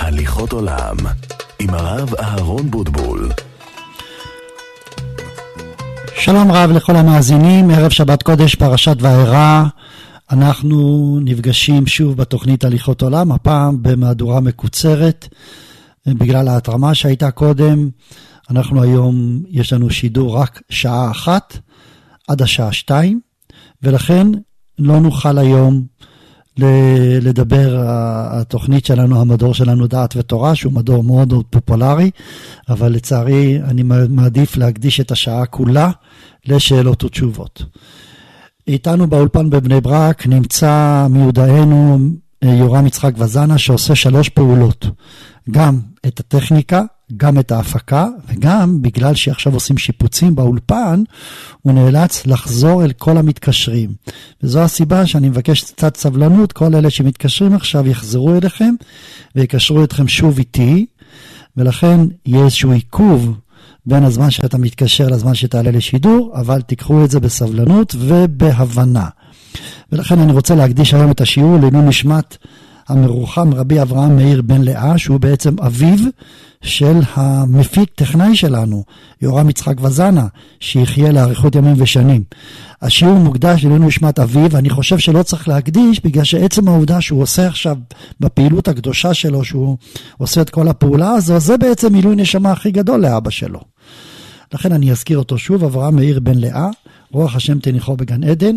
הליכות עולם עם הרב אהרון בוטבול. שלום רב לכל המאזינים, ערב שבת קודש פרשת וארא. אנחנו נפגשים שוב בתוכנית הליכות עולם, הפעם במהדורה מקוצרת בגלל ההתרמה שהייתה קודם. אנחנו היום, יש לנו שידור רק שעה 1 עד השעה 2, ולכן לא נוכל היום לדבר. התוכנית שלנו, המדור שלנו דעת ותורה, שהוא מדור מאוד מאוד פופולרי, אבל לצערי אני מעדיף להקדיש את השעה כולה לשאלות ותשובות. איתנו באולפן בבני ברק נמצא מיודענו יורם יצחק וזנה, שעושה 3 פעולות, גם את הטכניקה, גם את ההפקה, וגם בגלל שעכשיו עושים שיפוצים באולפן, הוא נאלץ לחזור אל כל המתקשרים. וזו הסיבה שאני מבקש קצת סבלנות, כל אלה שמתקשרים עכשיו יחזרו אליכם, ויקשרו אתכם שוב איתי, ולכן יהיה איזשהו עיכוב בין הזמן שאתה מתקשר לזמן שתעלה לשידור, אבל תיקחו את זה בסבלנות ובהבנה. ולכן אני רוצה להקדיש היום את השיעור לעילוי נשמת המרוחם רבי אברהם מאיר בן לאה, שהוא בעצם אביו של המפיק טכנאי שלנו, יורם יצחק וזנה, שיחיה לאריכות ימים ושנים. השיעור מוקדש לעילוי נשמת אביו, ואני חושב שלא צריך להקדיש, בגלל שעצם העובדה שהוא עושה עכשיו בפעילות הקדושה שלו, שהוא עושה את כל הפעולה הזו, זה בעצם עילוי נשמה הכי גדול לאבא שלו. לכן אני אזכיר אותו שוב, אברהם מאיר בן לאה, רוח השם תניחו בגן עדן.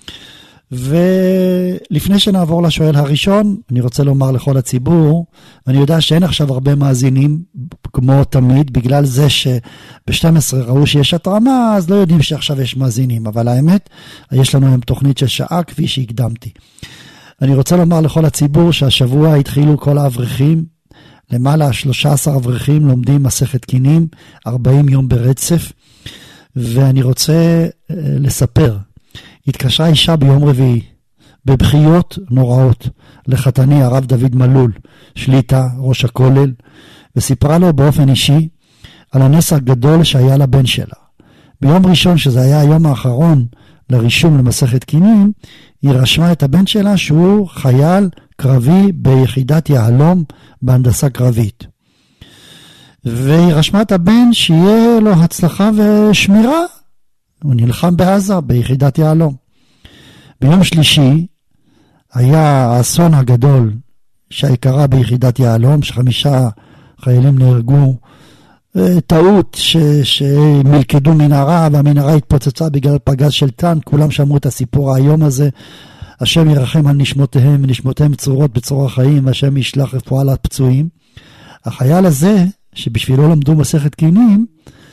ולפני שנעבור לשואל הראשון, אני רוצה לומר לכל הציבור, ואני יודע שאין עכשיו הרבה מאזינים כמו תמיד, בגלל זה שב-12 ראו שיש התרמה, אז לא יודעים שעכשיו יש מאזינים, אבל האמת, יש לנו היום תוכנית של שעה כפי שהקדמתי. אני רוצה לומר לכל הציבור שהשבוע התחילו כל האברכים, למעלה 13 אברכים לומדים מסכת קינים, 40 יום ברצף, ואני רוצה לספר, התקשרה אישה ביום רביעי, בבחיות נוראות, לחתני הרב דוד מלול, שליטה, ראש הכולל, וסיפרה לו באופן אישי על הנס הגדול שהיה לבן שלה. ביום ראשון, שזה היה היום האחרון לרישום למסכת קינים, היא רשמה את הבן שלה שהוא חייל קרבי ביחידת יהלום בהנדסה קרבית. והיא רשמה את הבן שיהיה לו הצלחה ושמירה, הוא נלחם בעזה ביחידת יהלום. ביום שלישי היה האסון הגדול שהקרה ביחידת יהלום, ש5 חיילים נהרגו, טעות שמלכדו מנהרה, והמנהרה התפוצצה בגלל פגז של טנק. כולם שמעו את הסיפור היום הזה. השם ירחם על נשמותיהם, ונשמותיהם צרורות בצרור החיים, והשם ישלח רפואה לפצועים. החייל הזה, שבשבילו למדו מסכת קינים,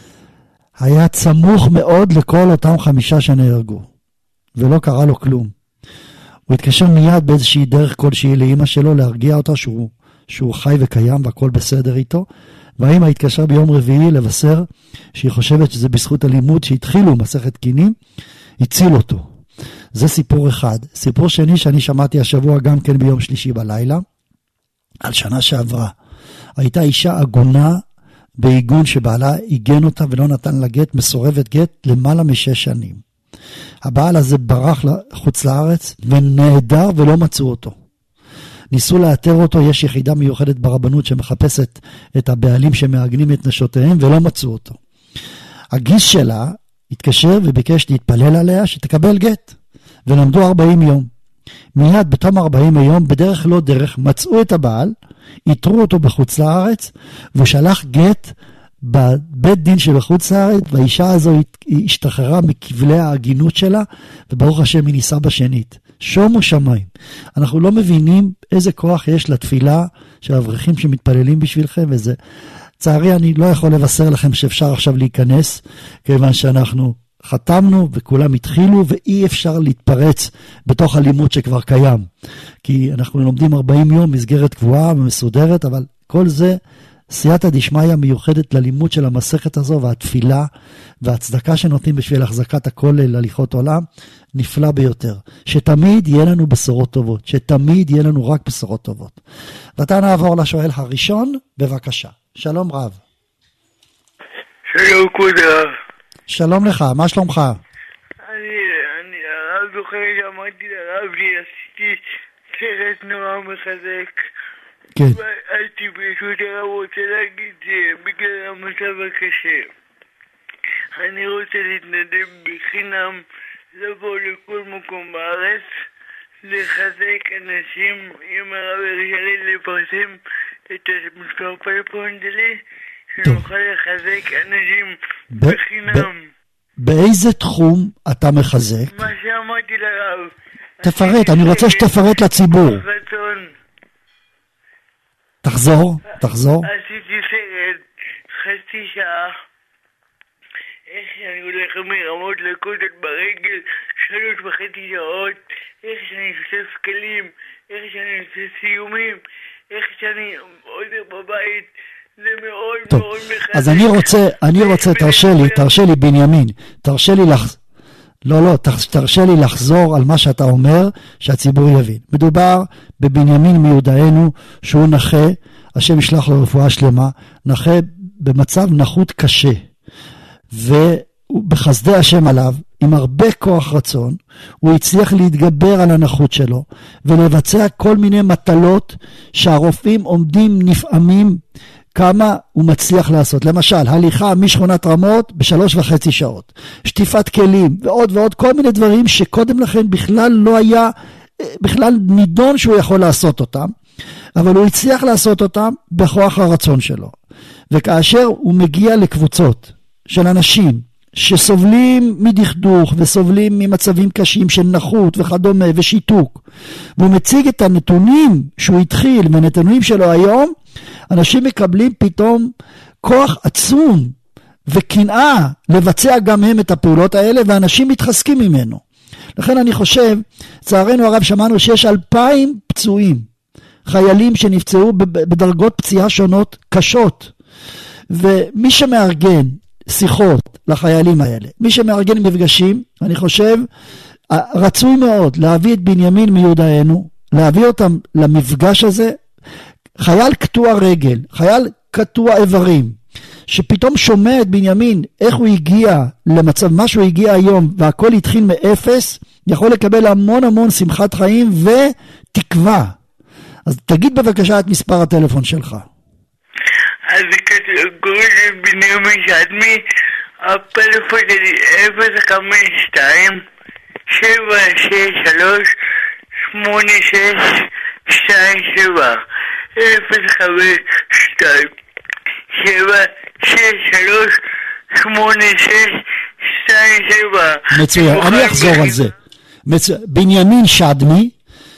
היה צמוך מאוד לכל אותם 5 שנהרגו, ולא קרה לו כלום. הוא התקשר מיד באיזושהי דרך כלשהי לאמא שלו, להרגיע אותה שהוא חי וקיים והכל בסדר איתו, והאמא התקשר ביום רביעי לבשר שהיא חושבת שזה בזכות הלימוד שהתחילו מסכת קינים, הציל אותו. זה סיפור אחד. סיפור שני שאני שמעתי השבוע גם כן ביום שלישי בלילה, על שנה שעברה. הייתה אישה עגונה, בעיגון שבעלה עיגן אותה ולא נתן לה גט, מסורבת גט למעלה מ6 שנים. הבעל הזה ברח לחוץ לארץ ונהדר ולא מצאו אותו. ניסו לאתר אותו, יש יחידה מיוחדת ברבנות שמחפשת את הבעלים שמעגנים את נשותיהם ולא מצאו אותו. הגיס שלה התקשר וביקש להתפלל עליה שתקבל גט, ולמדו 40 יום. מיד בתום 40 יום, בדרך לא דרך, מצאו את הבעל, יתרו אותו בחוץ לארץ, והוא שלח גט בבית דין שבחוץ לארץ, והאישה הזו השתחררה מכבלי ההגינות שלה, וברוך השם היא ניסה בשנית. שומו שמיים. אנחנו לא מבינים איזה כוח יש לתפילה של אברכים שמתפללים בשבילכם, וזה, צערי אני לא יכול לבשר לכם שאפשר עכשיו להיכנס, כיוון שאנחנו חתמנו וכולם התחילו, ואי אפשר להתפרץ בתוך הלימוד שכבר קיים. כי אנחנו לומדים 40 יום, מסגרת קבועה ומסודרת, אבל כל זה סייעתא דשמיא מיוחדת ללימוד של המסכת הזו, והתפילה והצדקה שנותנים בשביל החזקת הכולל הליכות עולם, נפלא ביותר. שתמיד יהיה לנו בשורות טובות, שתמיד יהיה לנו רק בשורות טובות. ואתה נעבור לשואל הראשון, בבקשה. שלום רב. שלום כבוד הרב. שלום לך, מה שלומך? אני הרב זוכר שאמרתי לרב לי עשיתי סרט נורא מחזק כן. הייתי פשוט רוצה להגיד שבגלל המצב הקשה אני רוצה להתנדב בחינם, לבוא לכל מקום בארץ, לחזק אנשים, אם הרב הרשה לי לפרסם את המספר פלאפון שלי, שנוכל לחזק אנשים בחינם. באיזה תחום אתה מחזק? מה שאמרתי לרב. תפרט, אני רוצה שתפרט לציבור. רצון. תחזור. עשיתי סרט, חצי שעה, איך שאני הולך מרמות לכותל ברגל, 3.5 שעות, איך שאני שוטף כלים, איך שאני עושה סיומים, איך שאני עוזר בבית, זה מאוד טוב, מאוד מחזק. אז אני רוצה, תרשה לי בנימין, תרשה לי לחזור על מה שאתה אומר, שהציבור יבין. מדובר בבנימין מיודענו, שהוא נכה, השם ישלח לו רפואה שלמה, נכה במצב נחות קשה, ובחסדי השם עליו, עם הרבה כוח רצון, הוא הצליח להתגבר על הנחות שלו, ולבצע כל מיני מטלות שהרופאים עומדים נפעמים כמה הוא מצליח לעשות. למשל, הליכה משכונת רמות ב3.5 שעות, שטיפת כלים ועוד ועוד, כל מיני דברים שקודם לכן בכלל לא היה, בכלל נידון שהוא יכול לעשות אותם, אבל הוא הצליח לעשות אותם בכוח הרצון שלו. וכאשר הוא מגיע לקבוצות של אנשים שסובלים מדכדוך וסובלים ממצבים קשים של נחות וכדומה ושיתוק, והוא מציג את הנתונים שהוא התחיל והנתונים שלו היום, אנשים מקבלים פתאום כוח עצום וקנאה לבצע גם הם את הפעולות האלה, ואנשים מתחזקים ממנו. לכן אני חושב, צערנו הרב, שמענו שיש 2,000 פצועים, חיילים שנפצעו בדרגות פציעה שונות קשות, ומי שמארגן שיחות לחיילים האלה, מי שמארגן מפגשים, אני חושב רצוי מאוד להביא את בנימין מיודענו, להביא אותם למפגש הזה. חייל קטוע רגל, חייל קטוע איברים, שפתאום שומע את בנימין, איך הוא הגיע למצב, מה שהוא הגיע היום, והכל התחיל מאפס, יכול לקבל המון שמחת חיים ותקווה. אז תגיד בבקשה את מספר הטלפון שלך. אז קוראים לי בנימין שדמי, הפלאפון שלי 052 763 8627 052 763 8627. מצוין, אני אחזור על זה. בנימין שדמי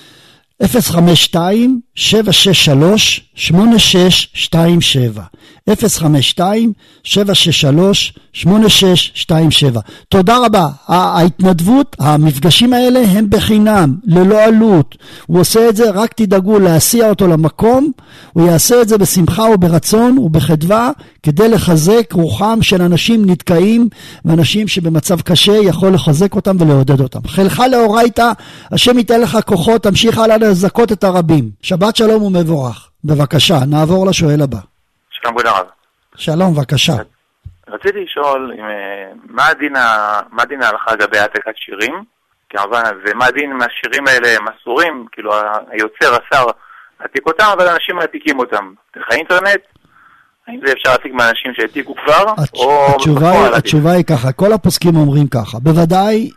052 763 8627 052 763 8627. תודה רבה. ההתנדבות, המפגשים האלה הם בחינם, ללא עלות. הוא עושה את זה, רק תדאגו להסיע אותו למקום, הוא יעשה את זה בשמחה וברצון ובחדווה, כדי לחזק רוחם של אנשים נתקעים, ואנשים שבמצב קשה יכול לחזק אותם ולעודד אותם. חלך לאורייתא, השם ייתן לך כוחות, תמשיך הלאה לזכות את הרבים. שבת שלום ומבורך. בבקשה, נעבור לשואל הבא. שלום כבוד הרב. שלום, בבקשה. רציתי לשאול מה דין ההלכה לגבי העתקת שירים, כמובן, ומה דין מהשירים האלה הם אסורים, כאילו היוצר אסר להעתיק אותם, אבל אנשים מעתיקים אותם. דרך האינטרנט, האם זה אפשר להעתיק מאנשים שהעתיקו כבר? התשובה היא ככה, כל הפוסקים אומרים ככה, בוודאי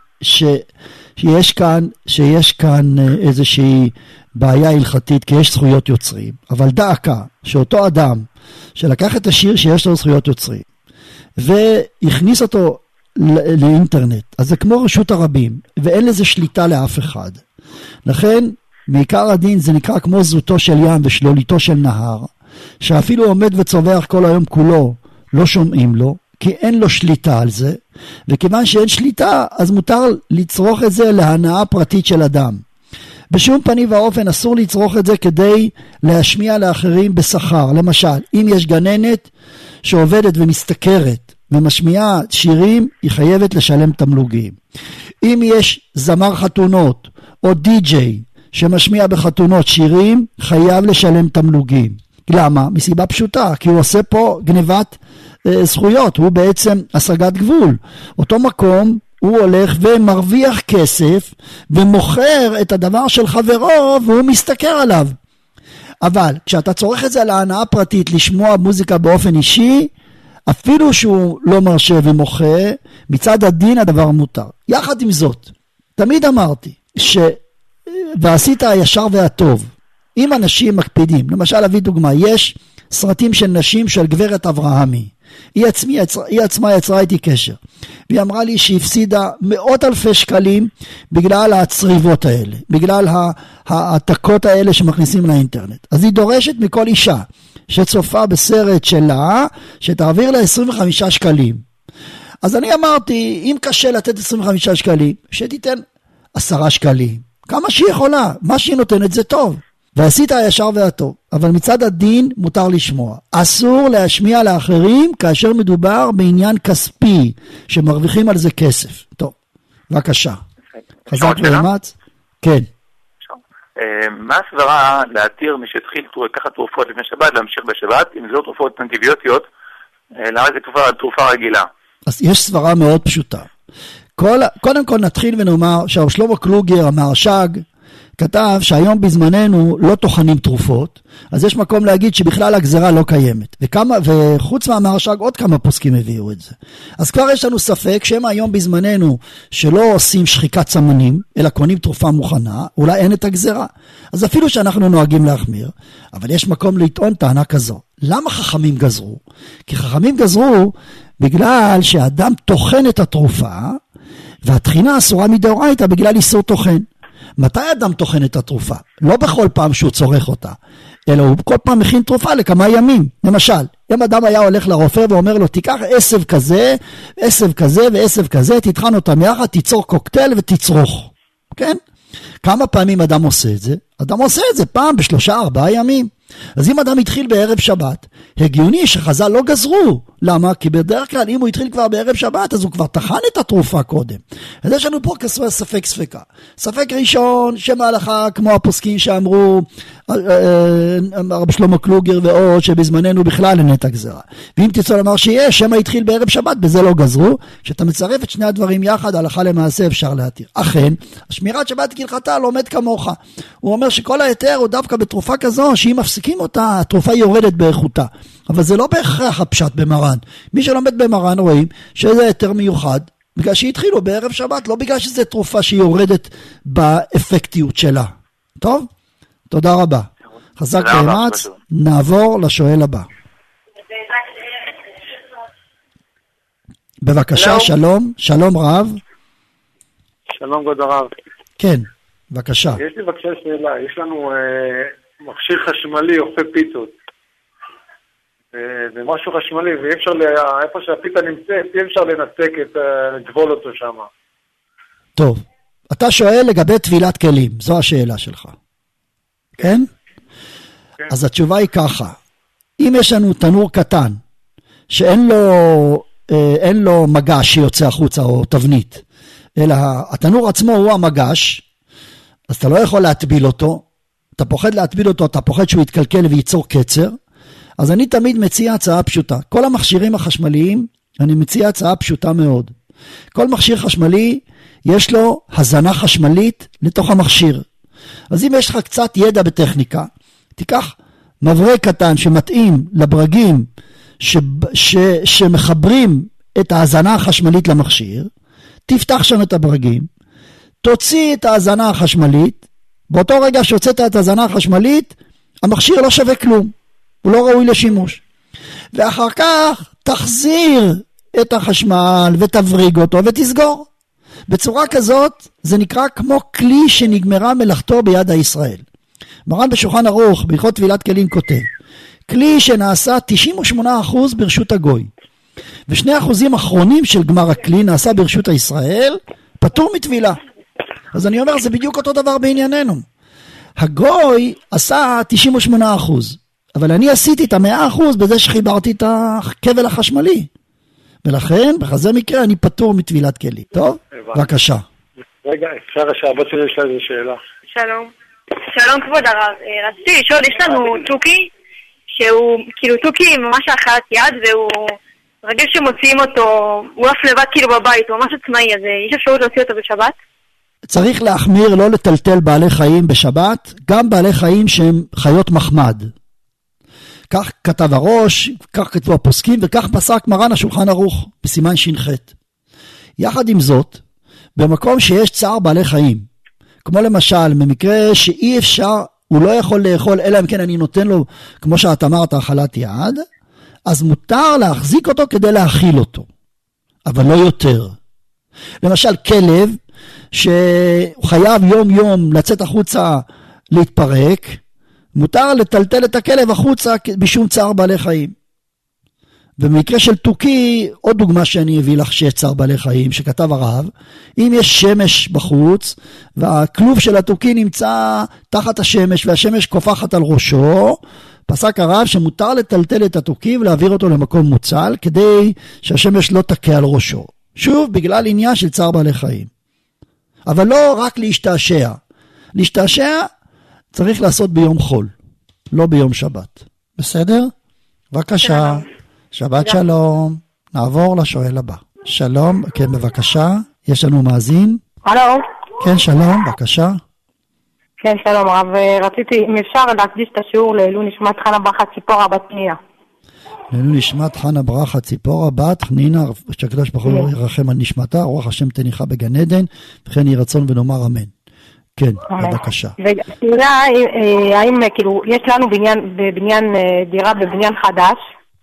שיש כאן איזושהי בעיה הלכתית, כי יש זכויות יוצרים, אבל דעקה שאותו אדם שלקח את השיר שיש לו זכויות יוצרים והכניס אותו לאינטרנט, אז זה כמו רשות הרבים ואין לזה שליטה לאף אחד. לכן מעיקר הדין זה נקרא כמו זוטו של ים ושלוליתו של נהר, שאפילו עומד וצווח כל היום כולו, לא שומעים לו, כי אין לו שליטה על זה, וכיוון שאין שליטה אז מותר לצרוך את זה להנאה פרטית של אדם. בשום פנים ואופן אסור לצרוך את זה כדי להשמיע לאחרים בשכר. למשל, אם יש גננת שעובדת ומסתכרת ומשמיעה שירים, היא חייבת לשלם תמלוגים. אם יש זמר חתונות או די-ג'יי שמשמיע בחתונות שירים, חייב לשלם תמלוגים. למה? מסיבה פשוטה, כי הוא עושה פה גנבת זכויות, הוא בעצם השגת גבול. אותו מקום הוא הולך ומרוויח כסף ומוכר את הדבר של חברו והוא מסתכל עליו. אבל כשאתה צורך את זה להנאה פרטית, לשמוע מוזיקה באופן אישי, אפילו שהוא לא מרשה ומוחה, מצד הדין הדבר מותר. יחד עם זאת, תמיד אמרתי, ועשית הישר והטוב, אם אנשים מקפידים, למשל אביא דוגמה, יש סרטים של נשים של גברת אברהמי, היא עצמה יצרה איתי קשר, והיא אמרה לי שהיא הפסידה מאות אלפי שקלים בגלל הצריבות האלה, בגלל העתקות האלה שמכניסים לאינטרנט. אז היא דורשת מכל אישה שצופה בסרט שלה, שתעביר לה 25 שקלים. אז אני אמרתי, אם קשה לתת 25 שקלים, שתיתן 10 שקלים. כמה שהיא יכולה, מה שהיא נותנת זה טוב. ועשית הישר והטוב, אבל מצד הדין מותר לשמוע. אסור להשמיע לאחרים כאשר מדובר בעניין כספי, שמרוויחים על זה כסף. טוב, בבקשה. חזק ואמץ? כן. מה הסברה להתיר מי שהתחיל לקחת תרופות לפני שבת, להמשיך בשבת, אם זה לא תרופות אנטיביוטיות, למה זה תרופה רגילה? אז יש סברה מאוד פשוטה. קודם כל נתחיל ונאמר שהרב שלמה קלוגר, המהרש"ג, כתב שהיום בזמננו לא טוחנים תרופות, אז יש מקום להגיד שבכלל הגזרה לא קיימת. וחוץ מהמהרש"ג עוד כמה פוסקים הביאו את זה. אז כבר יש לנו ספק שהם היום בזמננו שלא עושים שחיקת סמנים, אלא קונים תרופה מוכנה, אולי אין את הגזרה. אז אפילו שאנחנו נוהגים להחמיר, אבל יש מקום לטעון טענה כזו. למה חכמים גזרו? כי חכמים גזרו בגלל שהאדם טוחן את התרופה, והטחינה אסורה מדאורייתא בגלל איסור טוחן. מתי אדם טוחן את התרופה? לא בכל פעם שהוא צורך אותה, אלא הוא כל פעם מכין תרופה לכמה ימים. למשל, אם אדם היה הולך לרופא ואומר לו, תיקח עשב כזה, עשב כזה ועשב כזה, תטחן אותם יחד, תיצור קוקטייל ותצרוך. כן? כמה פעמים אדם עושה את זה? אדם עושה את זה פעם ב3-4 ימים. אז אם אדם התחיל בערב שבת, הגיוני שחז"ל לא גזרו. למה? כי בדרך כלל אם הוא התחיל כבר בערב שבת, אז הוא כבר טחן את התרופה קודם. אז יש לנו פה ספק ספקה. ספק ראשון, שם ההלכה כמו הפוסקים שאמרו, רב שלמה קלוגר ועוד, שבזמננו בכלל אין את הגזרה. ואם תרצו לומר שיש, שם התחיל בערב שבת, בזה לא גזרו. כשאתה מצרף את שני הדברים יחד, הלכה למעשה אפשר להתיר. אכן, השמירת שבת כהלכתה לא עומד כמוך. הוא אומר שכל היתר הוא דווקא בתרופה כזו, שאם מפסיקים אותה, התרופה יורדת באיכותה. אבל זה לא בהכרח הפשט במרן. מי שלומד במרן רואים שזה היתר מיוחד, בגלל שהתחילו בערב שבת, לא בגלל שזה תרופה שיורדת באפקטיות שלה. טוב? תודה רבה. חזק ואמץ, נעבור לשואל הבא. בבקשה, שלום, שלום רב. שלום כבוד הרב. כן, בבקשה. יש לי בבקשה שאלה, יש לנו מכשיר חשמלי אופה פיתות. זה משהו חשמלי, ואי אפשר, איפה שהפיתה נמצאת, אי אפשר לנתק לטבול אותו שם. טוב, אתה שואל לגבי טבילת כלים, זו השאלה שלך. כן? כן. אז התשובה היא ככה, אם יש לנו תנור קטן, שאין לו מגש שיוצא החוצה או תבנית, אלא התנור עצמו הוא המגש, אז אתה לא יכול להטביל אותו, אתה פוחד להטביל אותו, אתה פוחד שהוא יתקלקל וייצור קצר, אז אני תמיד מציע הצעה פשוטה. כל המכשירים החשמליים, אני מציע הצעה פשוטה מאוד. כל מכשיר חשמלי, יש לו הזנה חשמלית לתוך המכשיר. אז אם יש לך קצת ידע בטכניקה, תיקח מברק קטן שמתאים לברגים שמחברים את ההזנה החשמלית למכשיר, תפתח שם את הברגים, תוציא את ההזנה החשמלית, באותו רגע שהוצאת את ההזנה החשמלית, המכשיר לא שווה כלום. הוא לא ראוי לשימוש. ואחר כך תחזיר את החשמל ותבריג אותו ותסגור. בצורה כזאת זה נקרא כמו כלי שנגמרה מלאכתו ביד הישראל. מרן בשולחן ערוך בהלכות טבילת כלים כותב, כלי שנעשה 98% ברשות הגוי, ו2% אחרונים של גמר הכלי נעשה ברשות הישראל, פטור מטבילה. אז אני אומר, זה בדיוק אותו דבר בענייננו. הגוי עשה 98%. אבל אני עשיתי את 100% בזה שחיברתי את הכבל החשמלי. ולכן, בכזה מקרה, אני פטור מטבילת כלים. טוב? בבקשה. רגע, אפשר שהבת שלי יש לה איזו שאלה. שלום. שלום כבוד הרב. רציתי לשאול, יש לנו תוכי, שהוא כאילו תוכי ממש האכלת יד, והוא רגיל שמוציאים אותו, הוא אף לבד כאילו בבית, הוא ממש עצמאי, אז יש אפשרות להוציא אותו בשבת? צריך להחמיר, לא לטלטל בעלי חיים בשבת, גם בעלי חיים שהם חיות מחמד. כך כתב הראש, כך כתבו הפוסקים, וכך פסק מרן השולחן ערוך, בסימן ש"ח. יחד עם זאת, במקום שיש צער בעלי חיים, כמו למשל, במקרה שאי אפשר, הוא לא יכול לאכול, אלא אם כן אני נותן לו, כמו שאת אמרת, אכלת יד, אז מותר להחזיק אותו כדי להאכיל אותו, אבל לא יותר. למשל, כלב, שהוא חייב יום יום לצאת החוצה להתפרק, מותר לטלטל את הכלב החוצה בשום צער בעלי חיים. במקרה של תוכי, עוד דוגמה שאני אביא לך שיש צער בעלי חיים, שכתב הרב, אם יש שמש בחוץ, והכלוב של התוכי נמצא תחת השמש, והשמש קופחת על ראשו, פסק הרב שמותר לטלטל את התוכי ולהעביר אותו למקום מוצל, כדי שהשמש לא תכה על ראשו. שוב, בגלל עניין של צער בעלי חיים. אבל לא רק להשתעשע. להשתעשע צריך לעשות ביום חול, לא ביום שבת. בסדר? בבקשה. שבת שלום. נעבור לשואל הבא. שלום, כן, בבקשה. יש לנו מאזין. הלו. כן, שלום, בבקשה. כן, שלום רב. רציתי, אם אפשר להקדיש את השיעור לעילוי נשמת חנה ברכה ציפורה בת פנינה. לעילוי נשמת חנה ברכה ציפורה בת פנינה, שהקדוש ברוך הוא ירחם על נשמתה, רוח השם תניחה בגן עדן, וכן יהי רצון ונאמר אמן. כן, בבקשה. ותראה, האם כאילו, יש לנו בבניין דירה בבניין חדש,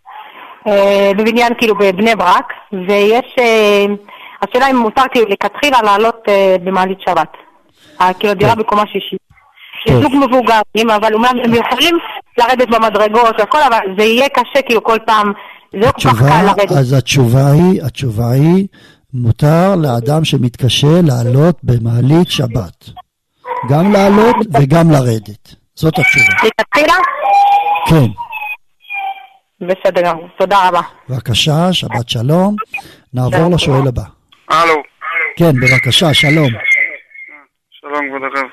בבניין כאילו בבני ברק, ויש, השאלה אם מותר כאילו לכתחילה לעלות במעלית שבת. כאילו דירה בקומה שישית. יש זוג מבוגרים, אבל הם יכולים לרדת במדרגות והכל, אבל זה יהיה קשה כאילו כל פעם, זה לא כל כך קל לרדת. אז התשובה היא, מותר לאדם שמתקשה לעלות במעלית שבת. גם לעלות וגם לרדת. זאת התשובה. לכתחילה? כן. בסדר גמור, תודה רבה. בבקשה, שבת שלום. נעבור לשואל הבא. הלו. כן, בבקשה, שלום. שלום כבוד הרב.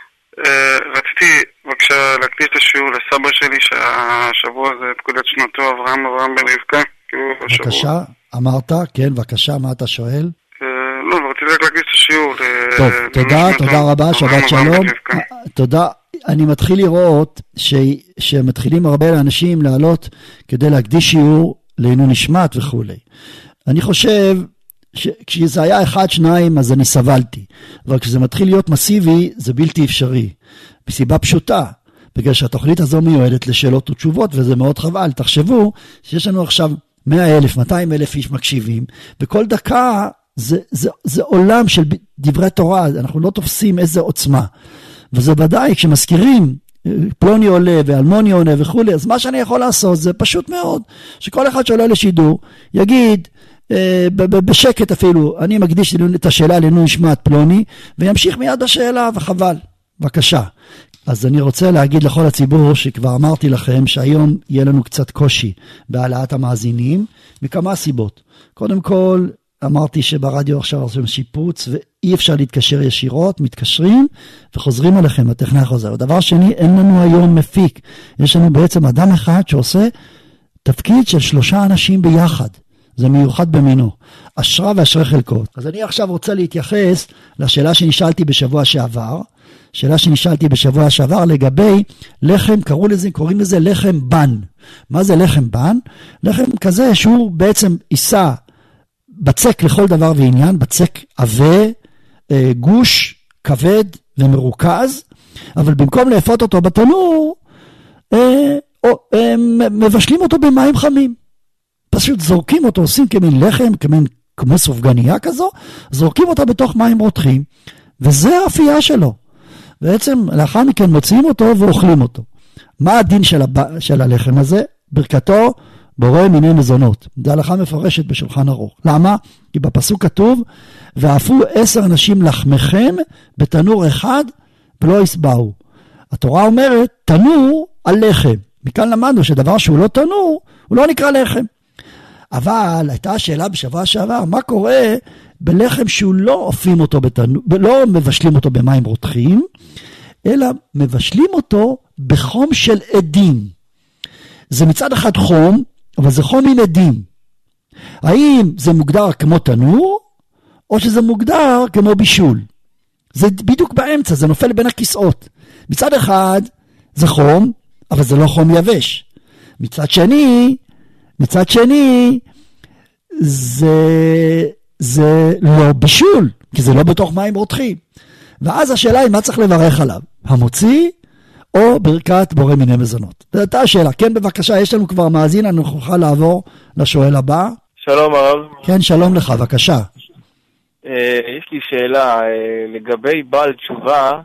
רציתי בבקשה להקדיש את השיעור לסבא שלי שהשבוע זה פקודת שנתו אברהם בן רבקה. בבקשה, אמרת, כן, בבקשה, מה אתה שואל? לא, רציתי רק להקדיש את השיעור. טוב, תודה רבה, שבת שלום. תודה. אני מתחיל לראות שמתחילים הרבה לאנשים לעלות כדי להקדיש שיעור לעילוי נשמת וכו'. אני חושב שכשזה היה 1-2 אז אני סבלתי, אבל כשזה מתחיל להיות מסיבי זה בלתי אפשרי, בסיבה פשוטה, בגלל שהתוכנית הזו מיועדת לשאלות ותשובות, וזה מאוד חבל. תחשבו שיש לנו עכשיו 100,000, 200,000 איש מקשיבים, וכל דקה זה עולם של דברי תורה, אנחנו לא תופסים איזה עוצמה, וזה ודאי כשמזכירים פלוני עולה ואלמוני עונה וכו', אז מה שאני יכול לעשות זה פשוט מאוד, שכל אחד שעולה לשידור יגיד בשקט אפילו, אני מקדיש את השאלה לעילוי נשמת פלוני, וימשיך מיד בשאלה, וחבל. בבקשה. אז אני רוצה להגיד לכל הציבור שכבר אמרתי לכם שהיום יהיה לנו קצת קושי בהעלאת המאזינים, מכמה סיבות. קודם כל, אמרתי שברדיו עכשיו עושים שיפוץ, ואי אפשר להתקשר ישירות, מתקשרים וחוזרים עליכם, הטכנאי חוזר. דבר שני, אין לנו היום מפיק. יש לנו בעצם אדם אחד שעושה תפקיד של 3 אנשים ביחד. זה מיוחד במינו. אשרה ואשרי חלקות. אז אני עכשיו רוצה להתייחס לשאלה שנשאלתי בשבוע שעבר. שאלה שנשאלתי בשבוע שעבר לגבי לחם, קוראים לזה לחם בן. מה זה לחם בן? לחם כזה שהוא בעצם יישא בצק לכל דבר ועניין, בצק עבה, גוש, כבד ומרוכז, אבל במקום לאפות אותו בתנור, מבשלים אותו במים חמים. פשוט זורקים אותו, עושים כמין לחם, כמו סופגניה כזו, זורקים אותה בתוך מים רותחים, וזה האפייה שלו. בעצם לאחר מכן מוציאים אותו ואוכלים אותו. מה הדין של הלחם הזה? ברכתו בורא מיני מזונות. זה הלכה מפרשת בשולחן ערוך. למה? כי בפסוק כתוב, ואפו 10 אנשים לחמכם בתנור אחד ולא יסבעו. התורה אומרת, תנור על לחם. מכאן למדנו שדבר שהוא לא תנור, הוא לא נקרא לחם. אבל הייתה השאלה בשבוע שעבר, מה קורה בלחם שהוא לא אופים אותו בתנור, לא מבשלים אותו במים רותחים, אלא מבשלים אותו בחום של עדים. זה מצד אחד חום, אבל זה חום עם עדים. האם זה מוגדר כמו תנור, או שזה מוגדר כמו בישול? זה בדיוק באמצע, זה נופל בין הכיסאות. מצד אחד זה חום, אבל זה לא חום יבש. מצד שני, זה לא בישול, כי זה לא בתוך מים רותחים. ואז השאלה היא מה צריך לברך עליו, המוציא או ברכת בורא מיני מזונות. זו הייתה השאלה. כן, בבקשה, יש לנו כבר מאזין, אני נוכל לעבור לשואל הבא. שלום הרב. כן, שלום לך, בבקשה. יש לי שאלה לגבי בעל תשובה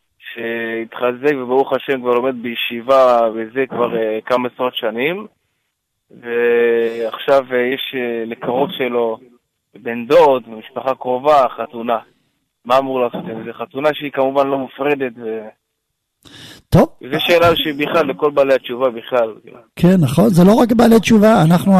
שהתחזק וברוך השם כבר לומד בישיבה וזה כבר כמה עשרות שנים, ועכשיו יש לקרוב שלו בן דוד ומשפחה קרובה חתונה. מה אמור לעשות עם זה? חתונה שהיא כמובן לא מופרדת טוב. זו שאלה שבכלל לכל בעלי התשובה בכלל. כן, נכון, זה לא רק בעלי תשובה, אנחנו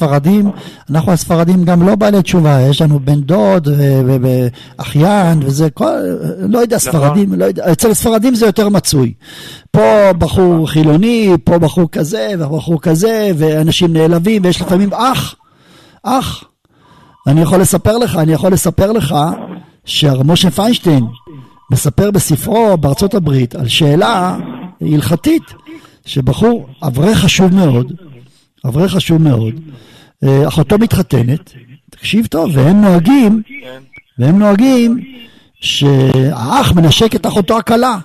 הספרדים גם לא בעלי תשובה, יש לנו בן דוד ואחיין וזה, לא יודע, ספרדים, לא יודע, אצל הספרדים זה יותר מצוי. פה בחור חילוני, פה בחור כזה ובחור כזה, ואנשים נעלבים, ויש לפעמים אח. אני יכול לספר לך שמשה פיינשטיין מספר בספרו בארצות הברית על שאלה הלכתית, שבחור אברך חשוב מאוד, אחותו מתחתנת, תקשיב טוב, והם נוהגים שהאח מנשק את אחותו הקלה.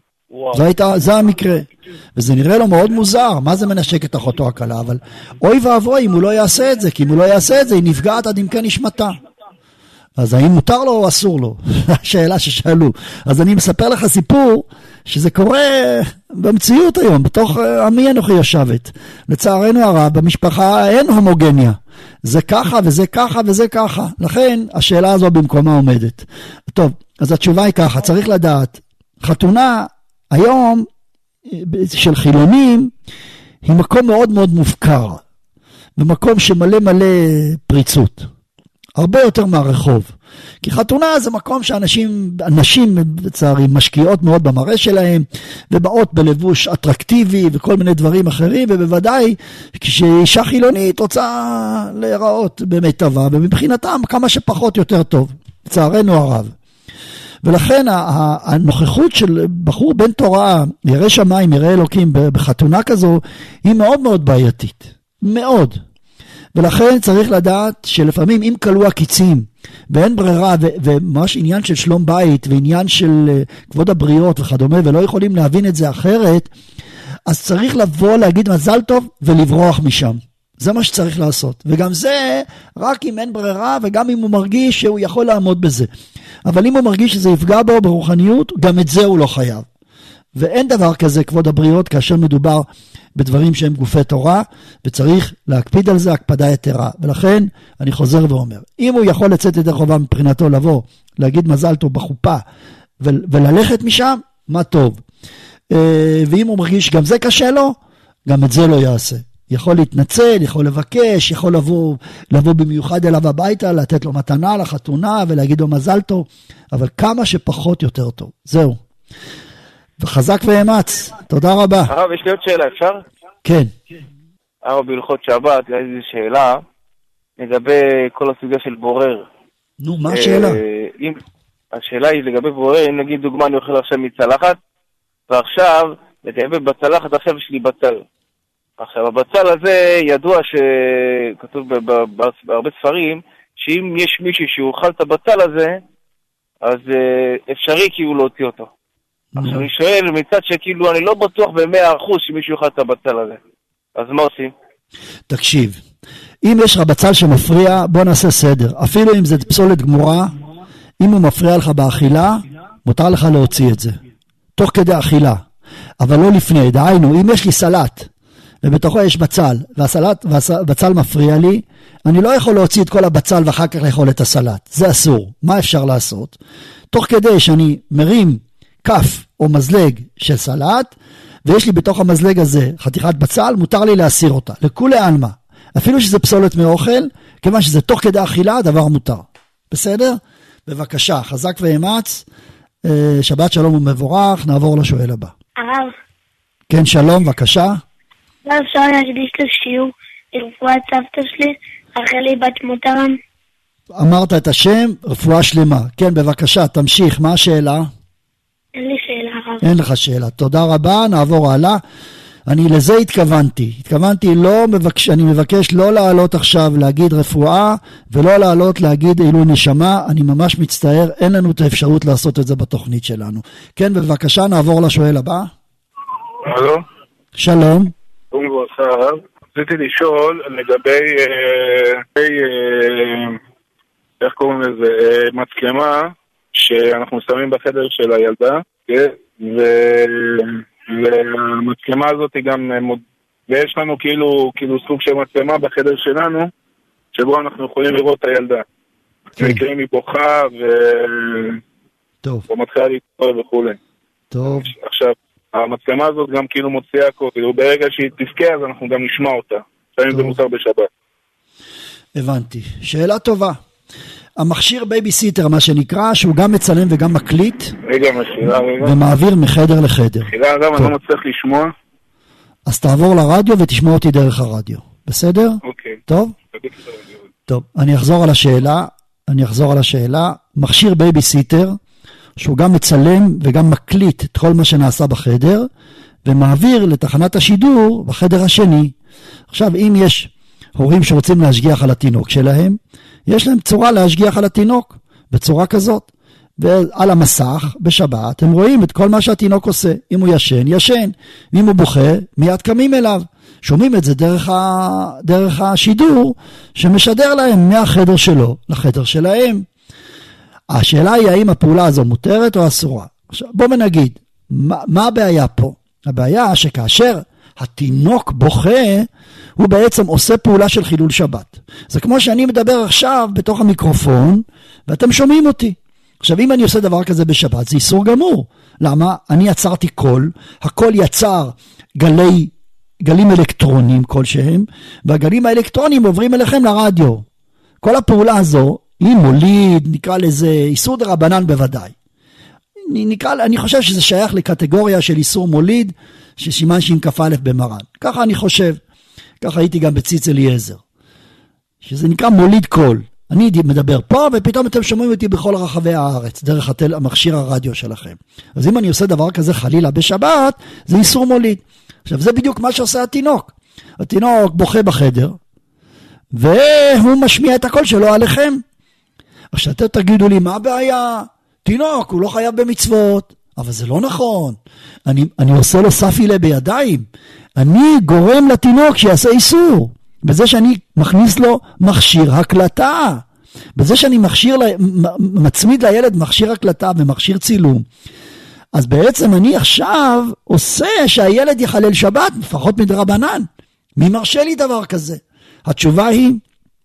זה המקרה. וזה נראה לו מאוד מוזר, מה זה מנשק את אחותו הקלה, אבל אוי ואבוי אם הוא לא יעשה את זה, כי אם הוא לא יעשה את זה היא נפגעת עד עמקי נשמתה. אז האם מותר לו או אסור לו? השאלה ששאלו. אז אני מספר לך סיפור שזה קורה במציאות היום, בתוך עמי אנוכי יושבת. לצערנו הרב, במשפחה אין הומוגניה. זה ככה וזה ככה וזה ככה. לכן השאלה הזו במקומה עומדת. טוב, אז התשובה היא ככה, צריך לדעת, חתונה היום של חילונים היא מקום מאוד מאוד מופקר. במקום שמלא פריצות. הרבה יותר מהרחוב. כי חתונה זה מקום שאנשים בצערי משקיעות מאוד במראה שלהם, ובאות בלבוש אטרקטיבי וכל מיני דברים אחרים, ובוודאי כשאישה חילונית רוצה להיראות במיטבה, ומבחינתם כמה שפחות יותר טוב, לצערנו הרב. ולכן הנוכחות של בחור בן תורה, ירא שמיים, ירא אלוקים, בחתונה כזו, היא מאוד מאוד בעייתית. מאוד. ולכן צריך לדעת שלפעמים אם קלו הקיצים ואין ברירה וממש עניין של שלום בית ועניין של כבוד הבריות וכדומה ולא יכולים להבין את זה אחרת, אז צריך לבוא להגיד מזל טוב ולברוח משם. זה מה שצריך לעשות. וגם זה רק אם אין ברירה וגם אם הוא מרגיש שהוא יכול לעמוד בזה. אבל אם הוא מרגיש שזה יפגע בו ברוחניות, גם את זה הוא לא חייב. ואין דבר כזה כבוד הבריות כאשר מדובר בדברים שהם גופי תורה, וצריך להקפיד על זה הקפדה יתרה. ולכן אני חוזר ואומר, אם הוא יכול לצאת ידי חובה מבחינתו לבוא, להגיד מזל טוב בחופה, וללכת משם, מה טוב. ואם הוא מרגיש גם זה קשה לו, גם את זה לא יעשה. יכול להתנצל, יכול לבקש, יכול לבוא במיוחד אליו הביתה, לתת לו מתנה לחתונה ולהגיד לו מזל טוב, אבל כמה שפחות יותר טוב. זהו. וחזק ואמץ. תודה רבה. הרב, יש לי עוד שאלה, אפשר? כן. הרב, בהלכות שבת, יש לי שאלה לגבי כל הסוגיה של בורר. נו, מה השאלה? השאלה היא לגבי בורר, אם נגיד דוגמה אני אוכל עכשיו מצלחת, ועכשיו, בצלחת עכשיו יש לי בצל. עכשיו, הבצל הזה ידוע שכתוב בהרבה ספרים, שאם יש מישהו שאוכל את הבצל הזה, אז אפשרי כאילו להוציא אותו. עכשיו אני שואל מצד שכאילו אני לא בטוח ב100% שמישהו יאכל את הבצל הזה. אז מה עושים? תקשיב, אם יש לך בצל שמפריע, בוא נעשה סדר. אפילו אם זה פסולת גמורה, אם הוא מפריע לך באכילה, מותר לך להוציא את זה. תוך כדי אכילה. אבל לא לפני. דהיינו, אם יש לי סלט, ובתוכו יש בצל, והבצל מפריע לי, אני לא יכול להוציא את כל הבצל ואחר כך לאכול את הסלט. זה אסור. מה אפשר לעשות? תוך כדי שאני מרים כף או מזלג של סלט, ויש לי בתוך המזלג הזה חתיכת בצל, מותר לי להסיר אותה, לכולי עלמא. אפילו שזה פסולת מאוכל, כיוון שזה תוך כדי אכילה, דבר מותר. בסדר? בבקשה, חזק ואמץ, שבת שלום ומבורך, נעבור לשואל הבא. הרב. כן, שלום, בבקשה. לא אפשר להקדיש לשיעור לרפואת סבתא שלי, אחרי לי בת מותרם. אמרת את השם, רפואה שלמה. כן, בבקשה, תמשיך, מה השאלה? אין לי שאלה, הרב. אין לך שאלה. תודה רבה, נעבור הלאה. אני לזה התכוונתי. אני מבקש לא לעלות עכשיו להגיד רפואה, ולא לעלות להגיד אילו נשמה. אני ממש מצטער, אין לנו את האפשרות לעשות את זה בתוכנית שלנו. כן, בבקשה, נעבור לשואל הבא. הלו? שלום. הרב. רציתי לשאול לגבי, איך קוראים לזה, מצלמה שאנחנו שמים בחדר של הילדה, והמצלמה הזאת גם, ויש לנו כאילו סוג של מצלמה בחדר שלנו, שבו אנחנו יכולים לראות את הילדה. מקרים היא בוכה ומתחילה להתפור וכו'. טוב. עכשיו, המצלמה הזאת גם כאילו מוציאה הכל, כאילו ברגע שהיא תזכה אז אנחנו גם נשמע אותה. לפעמים זה מותר בשבת. הבנתי. שאלה טובה. המכשיר בייביסיטר, מה שנקרא, שהוא גם מצלם וגם מקליט, ומעביר מחדר לחדר. מחילה, אגב, אני לא מצליח לשמוע. אז תעבור לרדיו ותשמע אותי דרך הרדיו. בסדר? אוקיי. טוב? טוב, אני אחזור על השאלה. מכשיר בייביסיטר, שהוא גם מצלם וגם מקליט את כל מה שנעשה בחדר, ומעביר לתחנת השידור בחדר השני. עכשיו, אם יש הורים שרוצים להשגיח על התינוק שלהם, יש להם צורה להשגיח על התינוק, בצורה כזאת. ועל המסך, בשבת, הם רואים את כל מה שהתינוק עושה. אם הוא ישן, ישן. ואם הוא בוכה, מיד קמים אליו. שומעים את זה דרך השידור, שמשדר להם מהחדר שלו לחדר שלהם. השאלה היא האם הפעולה הזו מותרת או אסורה. עכשיו, בואו נגיד, מה הבעיה פה? הבעיה שכאשר התינוק בוכה, הוא בעצם עושה פעולה של חילול שבת. זה כמו שאני מדבר עכשיו בתוך המיקרופון, ואתם שומעים אותי. עכשיו, אם אני עושה דבר כזה בשבת, זה איסור גמור. למה? אני יצרתי קול, הקול יצר גלים אלקטרונים כלשהם, והגלים האלקטרונים עוברים אליכם לרדיו. כל הפעולה הזו, היא מוליד, נקרא לזה איסור דרבנן בוודאי. אני חושב שזה שייך לקטגוריה של איסור מוליד, שסימן שכ"א במרן. ככה אני חושב. ככה הייתי גם בציץ אליעזר. שזה נקרא מוליד קול. אני מדבר פה, ופתאום אתם שומעים אותי בכל רחבי הארץ, דרך המכשיר הרדיו שלכם. אז אם אני עושה דבר כזה חלילה בשבת, זה איסור מוליד. עכשיו, זה בדיוק מה שעושה התינוק. התינוק בוכה בחדר, והוא משמיע את הקול שלו עליכם. עכשיו, אתם תגידו לי, מה הבעיה? תינוק, הוא לא חייב במצוות. אבל זה לא נכון. אני עושה לו ספילה בידיים. אני גורם לתינוק שיעשה איסור. בזה שאני מכניס לו מכשיר הקלטה. בזה שאני מצמיד לילד מכשיר הקלטה ומכשיר צילום. אז בעצם אני עכשיו עושה שהילד יחלל שבת, לפחות מדרבנן. מי מרשה לי דבר כזה? התשובה היא,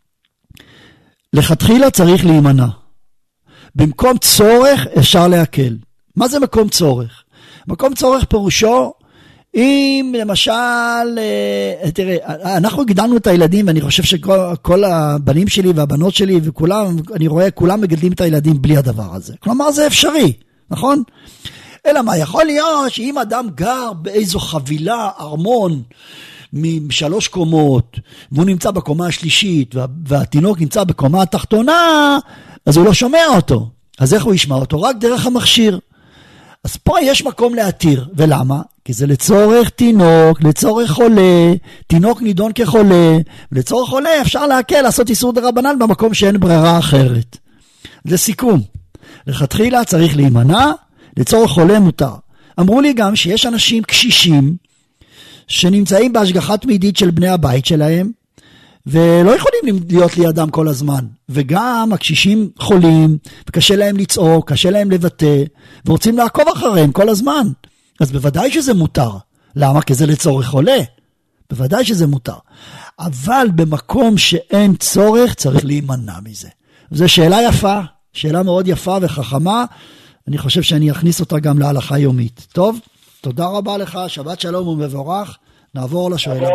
לכתחילה צריך להימנע. במקום צורך אפשר להקל. מה זה מקום צורך? מקום צורך פירושו, אם למשל, תראה, אנחנו גידלנו את הילדים, ואני חושב שכל הבנים שלי והבנות שלי וכולם, אני רואה, כולם מגדלים את הילדים בלי הדבר הזה. כלומר, זה אפשרי, נכון? אלא מה, יכול להיות שאם אדם גר באיזו חבילה, ארמון, מ3 קומות, והוא נמצא בקומה השלישית, והתינוק נמצא בקומה התחתונה, אז הוא לא שומע אותו. אז איך הוא ישמע אותו? רק דרך המכשיר. אז פה יש מקום להתיר. ולמה? כי זה לצורך תינוק, לצורך חולה, תינוק נידון כחולה, ולצורך חולה אפשר להקל, לעשות איסור דרבנן במקום שאין ברירה אחרת. לסיכום, לכתחילה צריך להימנע, לצורך חולה מותר. אמרו לי גם שיש אנשים קשישים, שנמצאים בהשגחה תמידית של בני הבית שלהם, ולא יכולים להיות לידם כל הזמן. וגם הקשישים חולים, וקשה להם לצעוק, קשה להם לבטא, ורוצים לעקוב אחריהם כל הזמן. אז בוודאי שזה מותר. למה? כי זה לצורך חולה. בוודאי שזה מותר. אבל במקום שאין צורך, צריך להימנע מזה. וזו שאלה יפה, שאלה מאוד יפה וחכמה. אני חושב שאני אכניס אותה גם להלכה יומית. טוב? תודה רבה לך, שבת שלום ומבורך. נעבור לשאלה.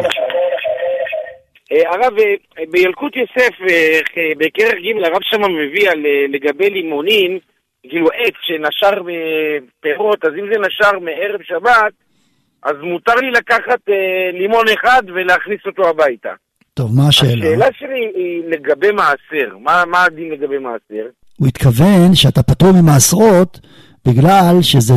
הרב, בילקוט יוסף, בכרך ג' הרב שמה מביא לגבי לימונים, כאילו עץ שנשר מפירות, אז אם זה נשר מערב שבת, אז מותר לי לקחת לימון אחד ולהכניס אותו הביתה. טוב, מה השאלה? השאלה שלי היא לגבי מעשר. מה הדין לגבי מעשר? הוא התכוון שאתה פטור ממעשרות בגלל שזה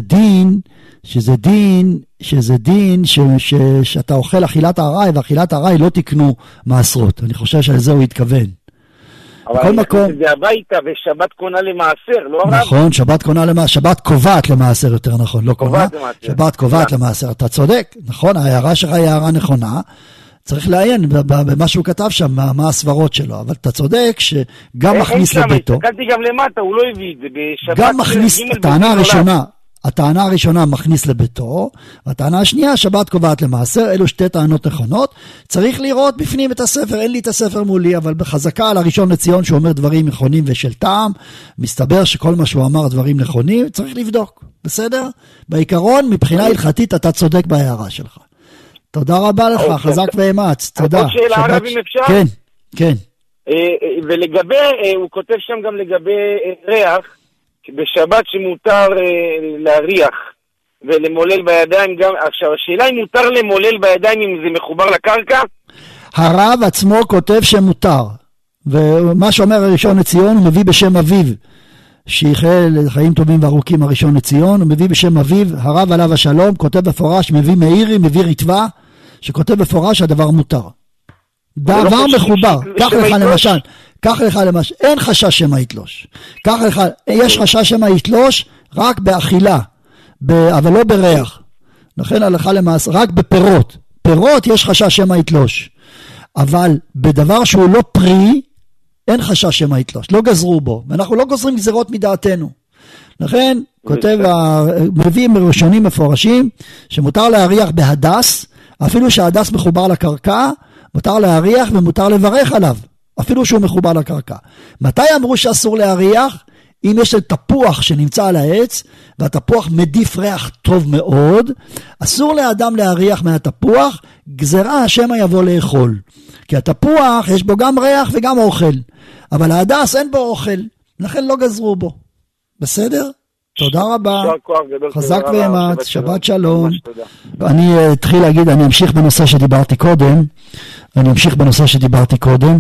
דין שאתה אוכל אכילת ארעי, ואכילת ארעי לא תקנו מעשרות. אני חושב שעל זה הוא התכוון. אבל זה הביתה ושבת קונה למעשר, לא הרב? נכון, שבת קונה למעשר, שבת קובעת למעשר יותר נכון, לא קונה, שבת קובעת למעשר, אתה צודק, נכון, ההערה שלך היא הערה נכונה, צריך לעיין במה שהוא כתב שם, מה הסברות שלו, אבל אתה צודק שגם מכניס לביתו. הסתכלתי גם למטה, הוא לא הביא את זה, בשבת... גם מכניס, הטענה הראשונה מכניס לביתו, והטענה השנייה, שבת קובעת למעשר, אלו שתי טענות נכונות, צריך לראות בפנים את הספר, אין לי את הספר מולי, אבל בחזקה על הראשון לציון שהוא אומר דברים נכונים ושל טעם, מסתבר שכל מה שהוא אמר דברים נכונים, צריך לבדוק, בסדר? בעיקרון, מבחינה הלכתית, אתה צודק בהערה שלך. תודה רבה לך, חזק ואמץ, תודה. עוד שאלה הרב אם אפשר? כן, כן. ולגבי, הוא כותב שם גם לגבי ריח, בשבת שמותר להריח ולמולל בידיים גם, עכשיו השאלה אם מותר למולל בידיים אם זה מחובר לקרקע? הרב עצמו כותב שמותר, ומה שאומר הראשון לציון הוא מביא בשם אביו, שיחל לחיים טובים וארוכים הראשון לציון, הוא מביא בשם אביו, הרב עליו השלום, כותב בפורש, מביא מאירי, מביא רטווה, שכותב בפורש הדבר מותר. דבר מחובר, קח לך למשל, אין חשש שמא יתלוש. יש חשש שמא יתלוש רק באכילה, אבל לא בריח. לכן הלכה למעשה, רק בפירות. פירות יש חשש שמא יתלוש. אבל בדבר שהוא לא פרי, אין חשש שמא יתלוש. לא גזרו בו. ואנחנו לא גוזרים גזרות מדעתנו. לכן, כותב, מביאים ראשונים מפורשים, שמותר להריח בהדס, אפילו שההדס מחובר לקרקע, מותר להריח ומותר לברך עליו, אפילו שהוא מחובר לקרקע. מתי אמרו שאסור להריח? אם יש תפוח שנמצא על העץ, והתפוח מדיף ריח טוב מאוד, אסור לאדם להריח מהתפוח, גזרה השם יבוא לאכול. כי התפוח יש בו גם ריח וגם אוכל, אבל ההדס אין בו אוכל, לכן לא גזרו בו. בסדר? תודה רבה, חזק ואמץ, שבת שלום. אני אתחיל להגיד, אני אמשיך בנושא שדיברתי קודם.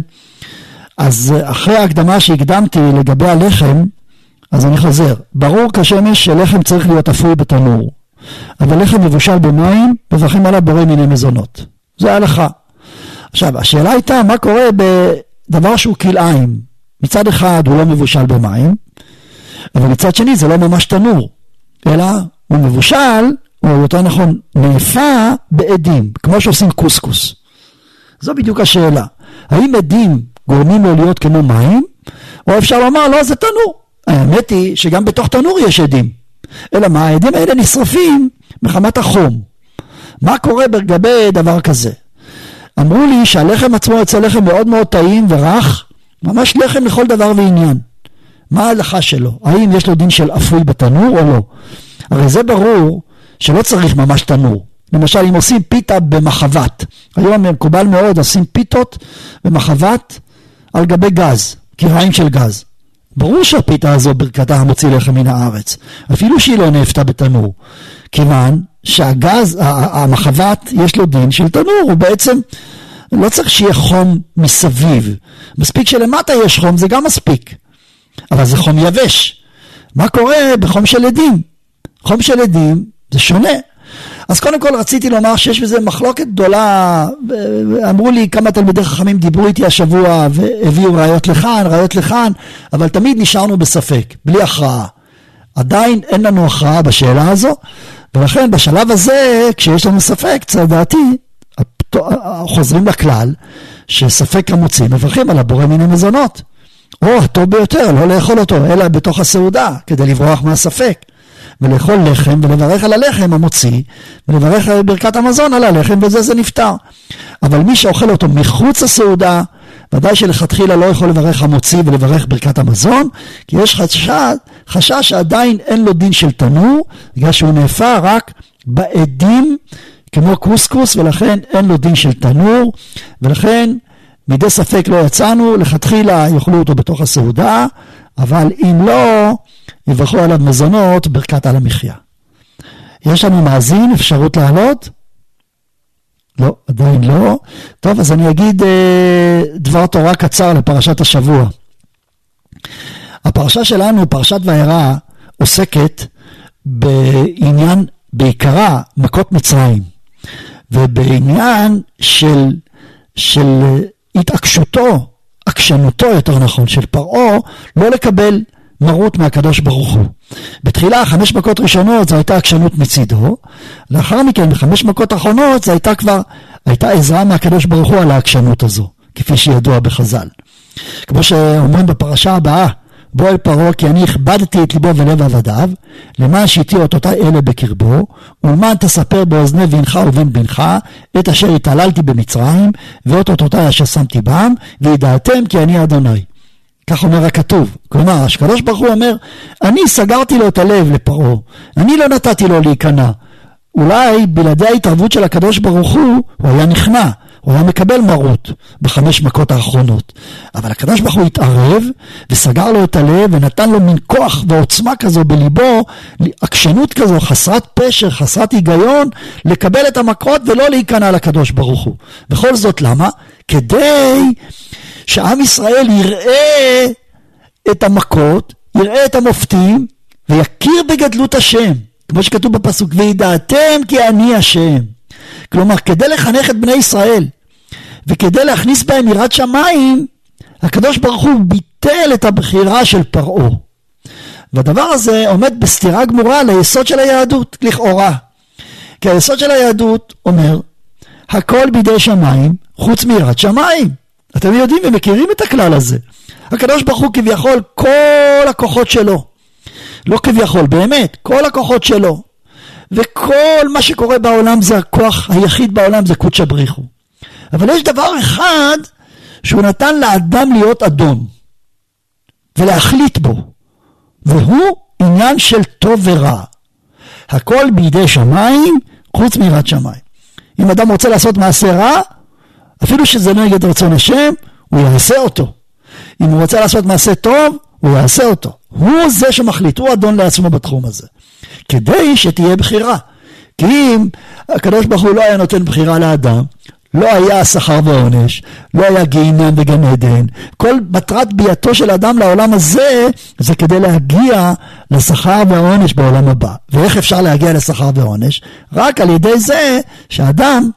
אז אחרי ההקדמה שהקדמתי לגבי הלחם, אז אני חוזר. ברור כשמש שלחם צריך להיות אפוי בתנור, אבל לחם מבושל במים, מברכים עליו בורא מיני מזונות. זה ההלכה. עכשיו, השאלה הייתה, מה קורה בדבר שהוא כלאיים? מצד אחד הוא לא מבושל במים, אבל מצד שני זה לא ממש תנור, אלא הוא מבושל, או יותר נכון, נאפה בעדים, כמו שעושים קוסקוס. זו בדיוק השאלה. האם עדים גורמים לו להיות כמו מים, או אפשר לומר, לא, זה תנור. האמת היא שגם בתוך תנור יש עדים. אלא מה, העדים האלה נשרפים מחמת החום. מה קורה לגבי דבר כזה? אמרו לי שהלחם עצמו יוצא לחם מאוד מאוד טעים ורך, ממש לחם לכל דבר ועניין. מה ההלכה שלו? האם יש לו דין של אפוי בתנור או לא? הרי זה ברור שלא צריך ממש תנור. למשל, אם עושים פיתה במחבת, היום מקובל מאוד, עושים פיתות במחבת על גבי גז, קיריים של גז. ברור שהפיתה הזו ברכתה המוציא לחם מן הארץ, אפילו שהיא לא נאפתה בתנור, כיוון שהגז, המחבת, יש לו דין של תנור, הוא בעצם לא צריך שיהיה חום מסביב. מספיק שלמטה יש חום, זה גם מספיק. אבל זה חום יבש. מה קורה בחום של עדים? חום של עדים זה שונה. אז קודם כל רציתי לומר שיש בזה מחלוקת גדולה, אמרו לי כמה תלמידי חכמים דיברו איתי השבוע והביאו ראיות לכאן, אבל תמיד נשארנו בספק, בלי הכרעה. עדיין אין לנו הכרעה בשאלה הזו, ולכן בשלב הזה, כשיש לנו ספק, צדעתי, חוזרים לכלל, שספק המוציא מברכים על הבורא מיני מזונות. או הטוב ביותר, לא לאכול אותו, אלא בתוך הסעודה, כדי לברוח מהספק. ולאכול לחם, ולברך על הלחם המוציא, ולברך על ברכת המזון על הלחם, וזה זה נפטר. אבל מי שאוכל אותו מחוץ הסעודה, ודאי שלכתחילה לא יכול לברך המוציא ולברך ברכת המזון, כי יש חשש שעדיין אין לו דין של תנור, בגלל שהוא נאפה רק בעדים, כמו קוסקוס, ולכן אין לו דין של תנור, ולכן מידי ספק לא יצאנו, לכתחילה יאכלו אותו בתוך הסעודה, אבל אם לא, יברכו עליו מזונות ברכת על המחיה. יש לנו מאזין, אפשרות לעלות? לא, עדיין לא. טוב, אז אני אגיד דבר תורה קצר לפרשת השבוע. הפרשה שלנו, פרשת וירא, עוסקת בעניין, בעיקרה, מכות מצרים. ובעניין של התעקשותו, עקשנותו יותר נכון, של פרעה, לא לקבל מרות מהקדוש ברוך הוא. בתחילה 5 מכות ראשונות זו הייתה עקשנות מצידו, לאחר מכן ב5 מכות האחרונות זו הייתה עזרה מהקדוש ברוך הוא על העקשנות הזו, כפי שידוע בחז"ל. כמו שאומרים בפרשה הבאה, בוא אל פרעה כי אני הכבדתי את ליבו ולב עבדיו, למען שהתיר אותותי אלה בקרבו, ולמען תספר באוזני בנך ובן בנך, את אשר התעללתי במצרים, ואת אותותי אשר שמתי בם, וידעתם כי אני אדוני. כך אומר הכתוב. כלומר, הקדוש ברוך הוא אומר, אני סגרתי לו את הלב לפרעה, אני לא נתתי לו להיכנע. אולי בלעדי ההתערבות של הקדוש ברוך הוא היה נכנע, הוא היה מקבל מרות ב5 מכות האחרונות. אבל הקדוש ברוך הוא התערב וסגר לו את הלב ונתן לו מין כוח ועוצמה כזו בליבו, עקשנות כזו, חסרת פשר, חסרת היגיון, לקבל את המכות ולא להיכנע לקדוש ברוך הוא. בכל זאת למה? כדי שעם ישראל יראה את המכות, יראה את המופתים ויכיר בגדלות השם. כמו שכתוב בפסוק, וידעתם כי אני השם. כלומר, כדי לחנך את בני ישראל, וכדי להכניס בהם יראת שמיים, הקדוש ברוך הוא ביטל את הבחירה של פרעה. והדבר הזה עומד בסתירה גמורה ליסוד של היהדות, לכאורה. כי היסוד של היהדות אומר, הכל בידי שמיים, חוץ מיראת שמיים. אתם יודעים ומכירים את הכלל הזה. הקדוש ברוך הוא כביכול כל הכוחות שלו, לא כביכול, באמת, כל הכוחות שלו, וכל מה שקורה בעולם זה הכוח היחיד בעולם, זה קודשא בריך הוא. אבל יש דבר אחד שהוא נתן לאדם להיות אדון, ולהחליט בו, והוא עניין של טוב ורע. הכל בידי שמיים, חוץ מיראת שמיים. אם אדם רוצה לעשות מעשה רע, אפילו שזה נגד רצון השם, הוא יעשה אותו. אם הוא רוצה לעשות מעשה טוב, הוא יעשה אותו. הוא זה שמחליט, הוא אדון לעצמו בתחום הזה. כדי שתהיה בחירה. כי אם הקדוש ברוך הוא לא היה נותן בחירה לאדם, לא היה שכר ועונש, לא היה גיהינום וגן עדן. כל מטרת ביאתו של אדם לעולם הזה, זה כדי להגיע לשכר והעונש בעולם הבא. ואיך אפשר להגיע לשכר ועונש? רק על ידי זה שאדם,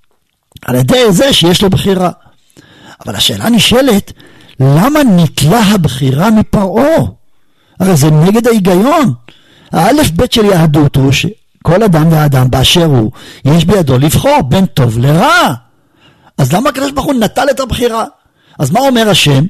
על ידי זה שיש לו בחירה. אבל השאלה נשאלת, למה נטלה הבחירה מפרעה? הרי זה נגד ההיגיון. האלף בית של יהדות הוא שכל אדם ואדם באשר הוא, יש בידו לבחור בין טוב לרע. אז למה הקדוש ברוך הוא נטל את הבחירה? אז מה אומר השם?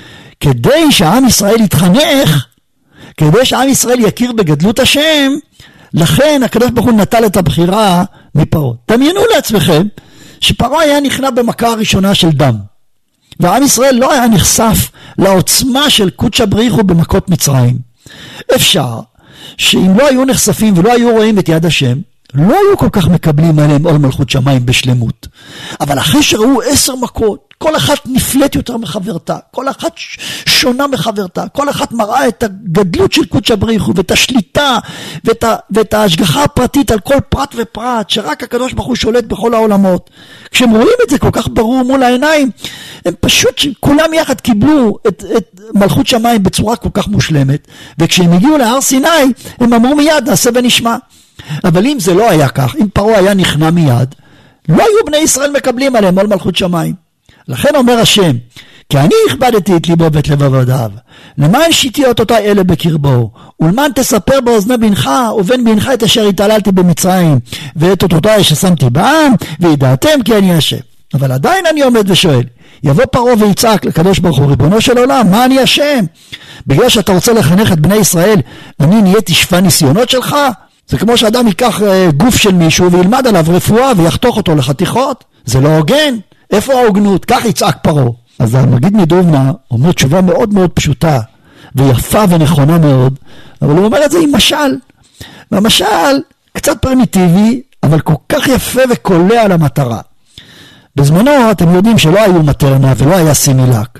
כדי שהעם ישראל יתחנך, כדי שהעם ישראל יכיר בגדלות השם, לכן הקדוש ברוך הוא נטל את הבחירה מפרעה. דמיינו לעצמכם שפרעה היה נכנע במכה הראשונה של דם. והעם ישראל לא היה נחשף לעוצמה של קודשא בריך הוא במכות מצרים. אפשר שאם לא היו נחשפים ולא היו רואים את יד השם, לא היו כל כך מקבלים עליהם עול מלכות שמיים בשלמות. אבל אחרי שראו 10 מכות, כל אחת נפלט יותר מחברתה, כל אחת שונה מחברתה, כל אחת מראה את הגדלות של קודשא בריך הוא ואת השליטה ואת ההשגחה הפרטית על כל פרט ופרט, שרק הקדוש ברוך הוא שולט בכל העולמות. כשהם רואים את זה כל כך ברור מול העיניים, הם פשוט כולם יחד קיבלו את מלכות שמיים בצורה כל כך מושלמת, וכשהם הגיעו להר סיני הם אמרו מיד נעשה ונשמע. אבל אם זה לא היה כך, אם פרעה היה נכנע מיד, לא היו בני ישראל מקבלים עליהם עול מלכות שמיים. לכן אומר השם, כי אני הכבדתי את ליבו ואת לב עבדיו, למען שיתי אותותי אלה בקרבו, ולמען תספר באוזני בנך ובן בנך את אשר התעללתי במצרים, ואת אותותי ששמתי בעם, וידעתם כי אני השם. אבל עדיין אני עומד ושואל, יבוא פרעה ויצעק לקדוש ברוך הוא, ריבונו של עולם, מה אני השם? בגלל שאתה רוצה לחנך את בני ישראל, אני נהייתי שפע ניסיונות שלך? זה כמו שאדם ייקח גוף של מישהו וילמד עליו רפואה ויחתוך אותו לחתיכות. זה לא הוגן. איפה ההוגנות? כך יצעק פרעה. אז המגיד מדובנה אומר תשובה מאוד מאוד פשוטה ויפה ונכונה מאוד, אבל הוא אומר את זה עם משל. והמשל קצת פרימיטיבי, אבל כל כך יפה וקולע על המטרה. בזמנו אתם יודעים שלא היו מטרנה ולא היה סימילק.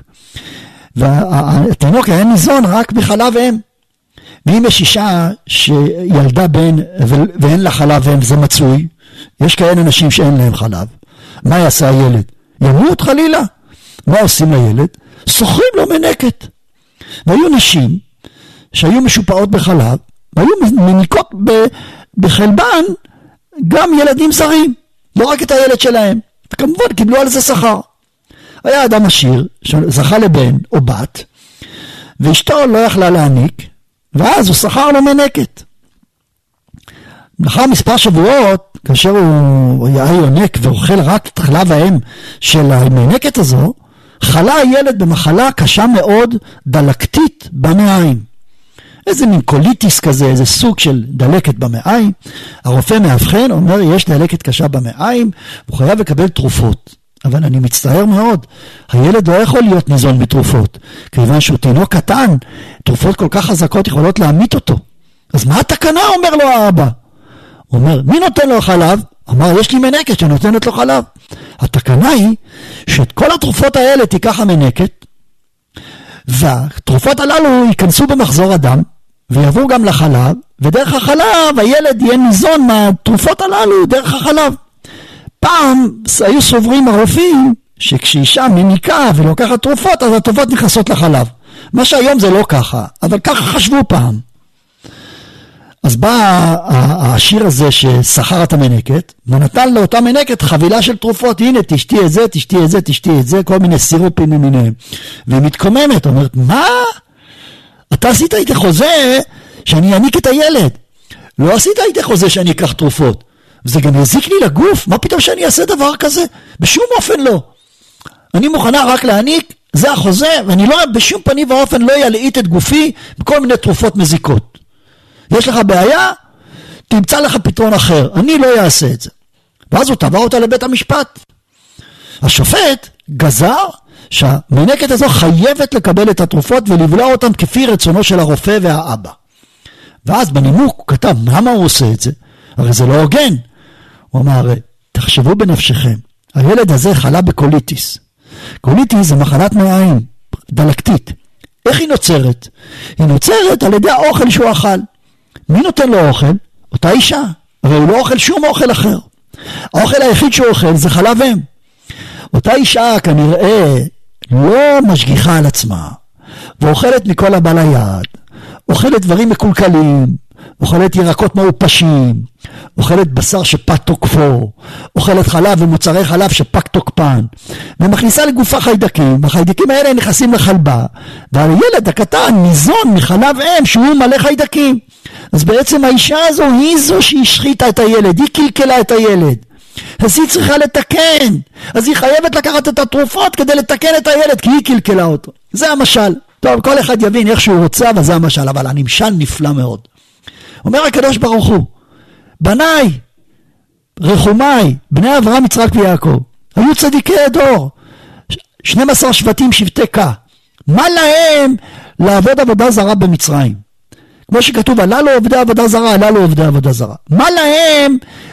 והתינוק היה ניזון רק בחלב אם. ואם יש אישה שילדה בן ואין לה חלב אם, זה מצוי, יש כאלה אנשים שאין להם חלב, מה יעשה הילד? ימות חלילה. מה עושים לילד? סוחרים לו מנקת. והיו נשים שהיו משופעות בחלב, והיו מניקות בחלבן גם ילדים זרים, לא רק את הילד שלהם. וכמובן קיבלו על זה שכר. היה אדם עשיר שזכה לבן או בת, ואשתו לא יכלה להעניק, ואז הוא שכר לו מנקת. לאחר מספר שבועות, כאשר הוא היה יונק ואוכל רק את חלב האם של המנקת הזו, חלה הילד במחלה קשה מאוד, דלקתית במעיים. איזה מין קוליטיס כזה, איזה סוג של דלקת במעיים. הרופא מאבחן, אומר, יש דלקת קשה במעיים, הוא חייב לקבל תרופות. אבל אני מצטער מאוד, הילד לא יכול להיות ניזון מתרופות, כיוון שהוא תינוק קטן, תרופות כל כך חזקות יכולות להמית אותו. אז מה התקנה, אומר לו האבא? הוא אומר, מי נותן לו חלב? אמר, יש לי מנקת שנותנת לו חלב. התקנה היא שאת כל התרופות האלה תיקח המנקת, והתרופות הללו ייכנסו במחזור הדם, ויעברו גם לחלב, ודרך החלב הילד יהיה ניזון מהתרופות הללו דרך החלב. פעם היו סוברים הרופאים שכשאישה מניקה ולוקחת תרופות, אז התרופות נכנסות לחלב. מה שהיום זה לא ככה, אבל ככה חשבו פעם. אז בא העשיר הזה ששכר את המנקת, ונתן לאותה מנקת חבילה של תרופות, הנה תשתי את זה, תשתי את זה, תשתי את זה, כל מיני סירופים ממיניהם. והיא מתקוממת, אומרת, מה? אתה עשית איתי חוזה שאני אעניק את הילד. לא עשית איתי חוזה שאני אקח תרופות. וזה גם יזיק לי לגוף, מה פתאום שאני אעשה דבר כזה? בשום אופן לא. אני מוכנה רק להעניק, זה החוזה, ואני לא, בשום פנים ואופן לא ילעיט את גופי בכל מיני תרופות מזיקות. יש לך בעיה? תמצא לך פתרון אחר, אני לא אעשה את זה. ואז הוא תבע אותה לבית המשפט. השופט גזר שהמנקת הזו חייבת לקבל את התרופות ולבלוע אותם כפי רצונו של הרופא והאבא. ואז בנימוק הוא כתב, למה הוא עושה את זה? הרי זה לא הוגן. הוא אמר, תחשבו בנפשכם, הילד הזה חלה בקוליטיס. קוליטיס זה מחלת מעיים, דלקתית. איך היא נוצרת? היא נוצרת על ידי האוכל שהוא אכל. מי נותן לו אוכל? אותה אישה. אבל הוא לא אוכל שום אוכל אחר. האוכל היחיד שהוא אוכל זה חלב אם. אותה אישה כנראה לא משגיחה על עצמה, ואוכלת מכל הבא ליד, אוכלת דברים מקולקלים, אוכלת ירקות מעופשים, אוכלת בשר שפג תוקפו, אוכלת חלב ומוצרי חלב שפג תוקפן, ומכניסה לגופה חיידקים, והחיידקים האלה נכנסים לחלבה, והילד הקטן ניזון מחלב אם שהוא מלא חיידקים. אז בעצם האישה הזו היא זו שהשחיתה את הילד, היא קלקלה את הילד. אז היא צריכה לתקן, אז היא חייבת לקחת את התרופות כדי לתקן את הילד, כי היא קלקלה אותו. זה המשל. טוב, כל אחד יבין איך שהוא רוצה, אבל זה המשל, אבל הנמשל נפלא מאוד. אומר הקדוש ברוך הוא, בניי, רחומיי, בני אברהם, יצחק ויעקב, היו צדיקי הדור, 12 שבטים שבטי קה, מה להם לעבוד עבודה זרה במצרים? כמו שכתוב, עלה לו עובדי עבודה זרה, עלה לו עובדי עבודה זרה. מה להם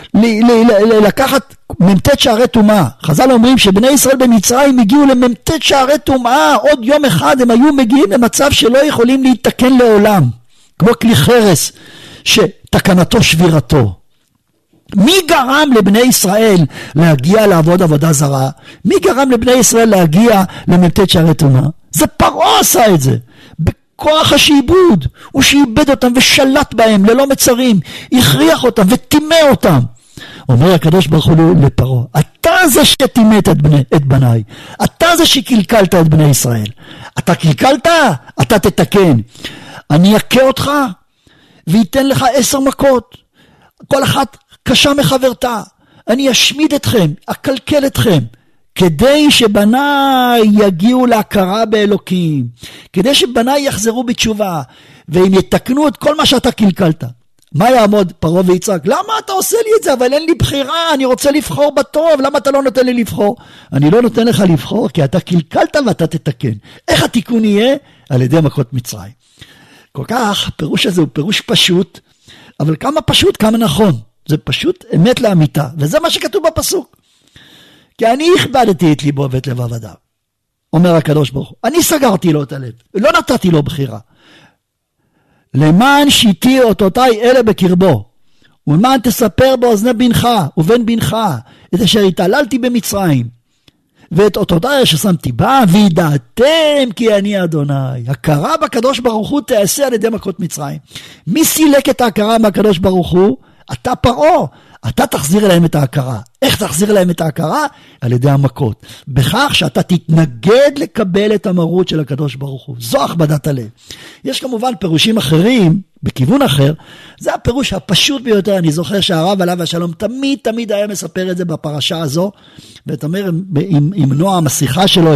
לקחת ממתת שערי טומאה? חז"ל אומרים שבני ישראל במצרים הגיעו לממתת שערי טומאה, עוד יום אחד הם היו מגיעים למצב שלא יכולים להתקן לעולם, כמו כלי חרס שתקנתו שבירתו. מי גרם לבני ישראל להגיע לעבוד עבודה זרה? מי גרם לבני ישראל להגיע לממתת שערי טומאה? זה פרעה עשה את זה. כוח השעבוד, הוא שעבד אותם ושלט בהם ללא מצרים, הכריח אותם וטימא אותם. אומר הקדוש ברוך הוא לפרעה, אתה זה שטימאת את בניי, אתה זה שקלקלת את בני ישראל. אתה קלקלת, אתה תתקן. אני אכה אותך ויתן לך 10 מכות, כל אחת קשה מחברתה. אני אשמיד אתכם, אקלקל אתכם, כדי שבניי יגיעו להכרה באלוקים, כדי שבניי יחזרו בתשובה, והם יתקנו את כל מה שאתה קלקלת. מה יעמוד פרעה ויצחק? למה אתה עושה לי את זה? אבל אין לי בחירה, אני רוצה לבחור בטוב, למה אתה לא נותן לי לבחור? אני לא נותן לך לבחור, כי אתה קלקלת ואתה תתקן. איך התיקון יהיה? על ידי מכות מצרים. כל כך, הפירוש הזה הוא פירוש פשוט, אבל כמה פשוט, כמה נכון. זה פשוט אמת לאמיתה, וזה מה שכתוב בפסוק. כי אני הכבדתי את ליבו ואת לבב אדם, אומר הקדוש ברוך הוא. אני סגרתי לו את הלב, לא נתתי לו בחירה. למען שיתי אותותיי אלה בקרבו, ולמען תספר באוזני בנך ובן בנך את אשר התעללתי במצרים, ואת אותותיי אשר שמתי בה, וידעתם כי אני אדוני. הכרה בקדוש ברוך הוא תעשה על ידי מכות מצרים. מי סילק את ההכרה מהקדוש ברוך הוא? אתה פרעה. אתה תחזיר להם את ההכרה. איך תחזיר להם את ההכרה? על ידי המכות. בכך שאתה תתנגד לקבל את המרות של הקדוש ברוך הוא. זו הכבדת הלב. יש כמובן פירושים אחרים, בכיוון אחר, זה הפירוש הפשוט ביותר. אני זוכר שהרב עליו השלום תמיד היה מספר את זה בפרשה הזו, ואתה אומר, עם נועם השיחה שלו,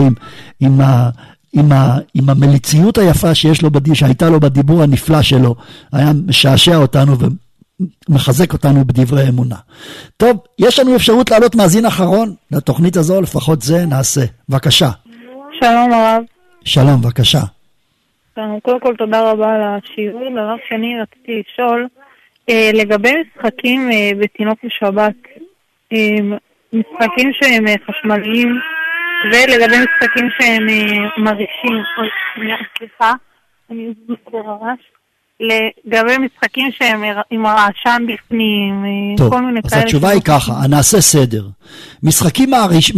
עם המליציות היפה שהייתה לו בדיבור הנפלא שלו, היה משעשע אותנו ומחזק אותנו בדברי אמונה. טוב, יש לנו אפשרות לעלות מאזין אחרון לתוכנית הזו, לפחות זה נעשה. בבקשה. שלום הרב. שלום, בבקשה. קודם כל תודה רבה על השיעור. דבר שני, רציתי לשאול, לגבי משחקים בתינוק בשבת, משחקים שהם חשמליים, ולגבי משחקים שהם מרישים, סליחה, אני ברעש, לגבי משחקים שהם עם רעשן בפנים, טוב, כל מיני אז כאלה. התשובה היא ככה, נעשה סדר. משחקים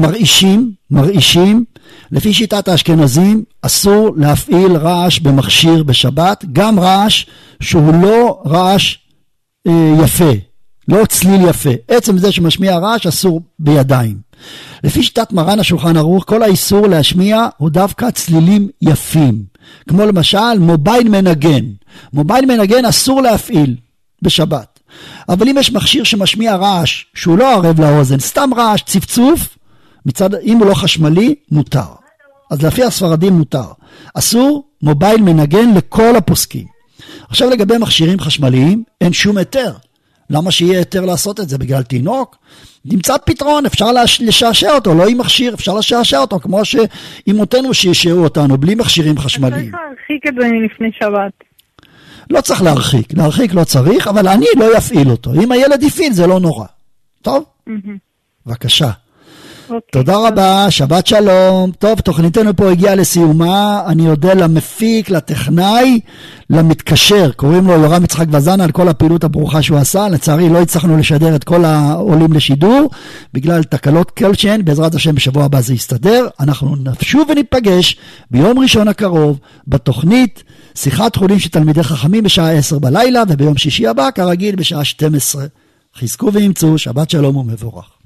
מרעישים, לפי שיטת האשכנזים, אסור להפעיל רעש במכשיר בשבת, גם רעש שהוא לא רעש יפה, לא צליל יפה. עצם זה שמשמיע רעש אסור בידיים. לפי שיטת מרן השולחן ערוך, כל האיסור להשמיע הוא דווקא צלילים יפים. כמו למשל מובייל מנגן. מובייל מנגן אסור להפעיל בשבת. אבל אם יש מכשיר שמשמיע רעש שהוא לא ערב לאוזן, סתם רעש, צפצוף, אם הוא לא חשמלי, מותר. אז לפי הספרדים מותר. אסור מובייל מנגן לכל הפוסקים. עכשיו לגבי מכשירים חשמליים, אין שום היתר. למה שיהיה היתר לעשות את זה? בגלל תינוק? נמצא פתרון, אפשר לשעשע אותו, לא עם מכשיר, אפשר לשעשע אותו, כמו שאימותינו שישעו אותנו, בלי מכשירים חשמליים. צריך להרחיק את זה מלפני שבת. לא צריך להרחיק לא צריך, אבל אני לא יפעיל אותו. אם הילד יפעיל זה לא נורא. טוב? בבקשה. תודה רבה, שבת שלום. טוב, תוכניתנו פה הגיעה לסיומה. אני יודע למפיק, לטכנאי, למתקשר, קוראים לו יורם יצחק וזנה, על כל הפעילות הברוכה שהוא עשה. לצערי לא הצלחנו לשדר את כל העולים לשידור, בגלל תקלות כלשהן. בעזרת השם בשבוע הבא זה יסתדר. אנחנו נשוב וניפגש ביום ראשון הקרוב בתוכנית שיחת חולין של תלמידי חכמים בשעה 10 בלילה, וביום שישי הבא כרגיל בשעה 12. חזקו ואמצו, שבת שלום ומבורך.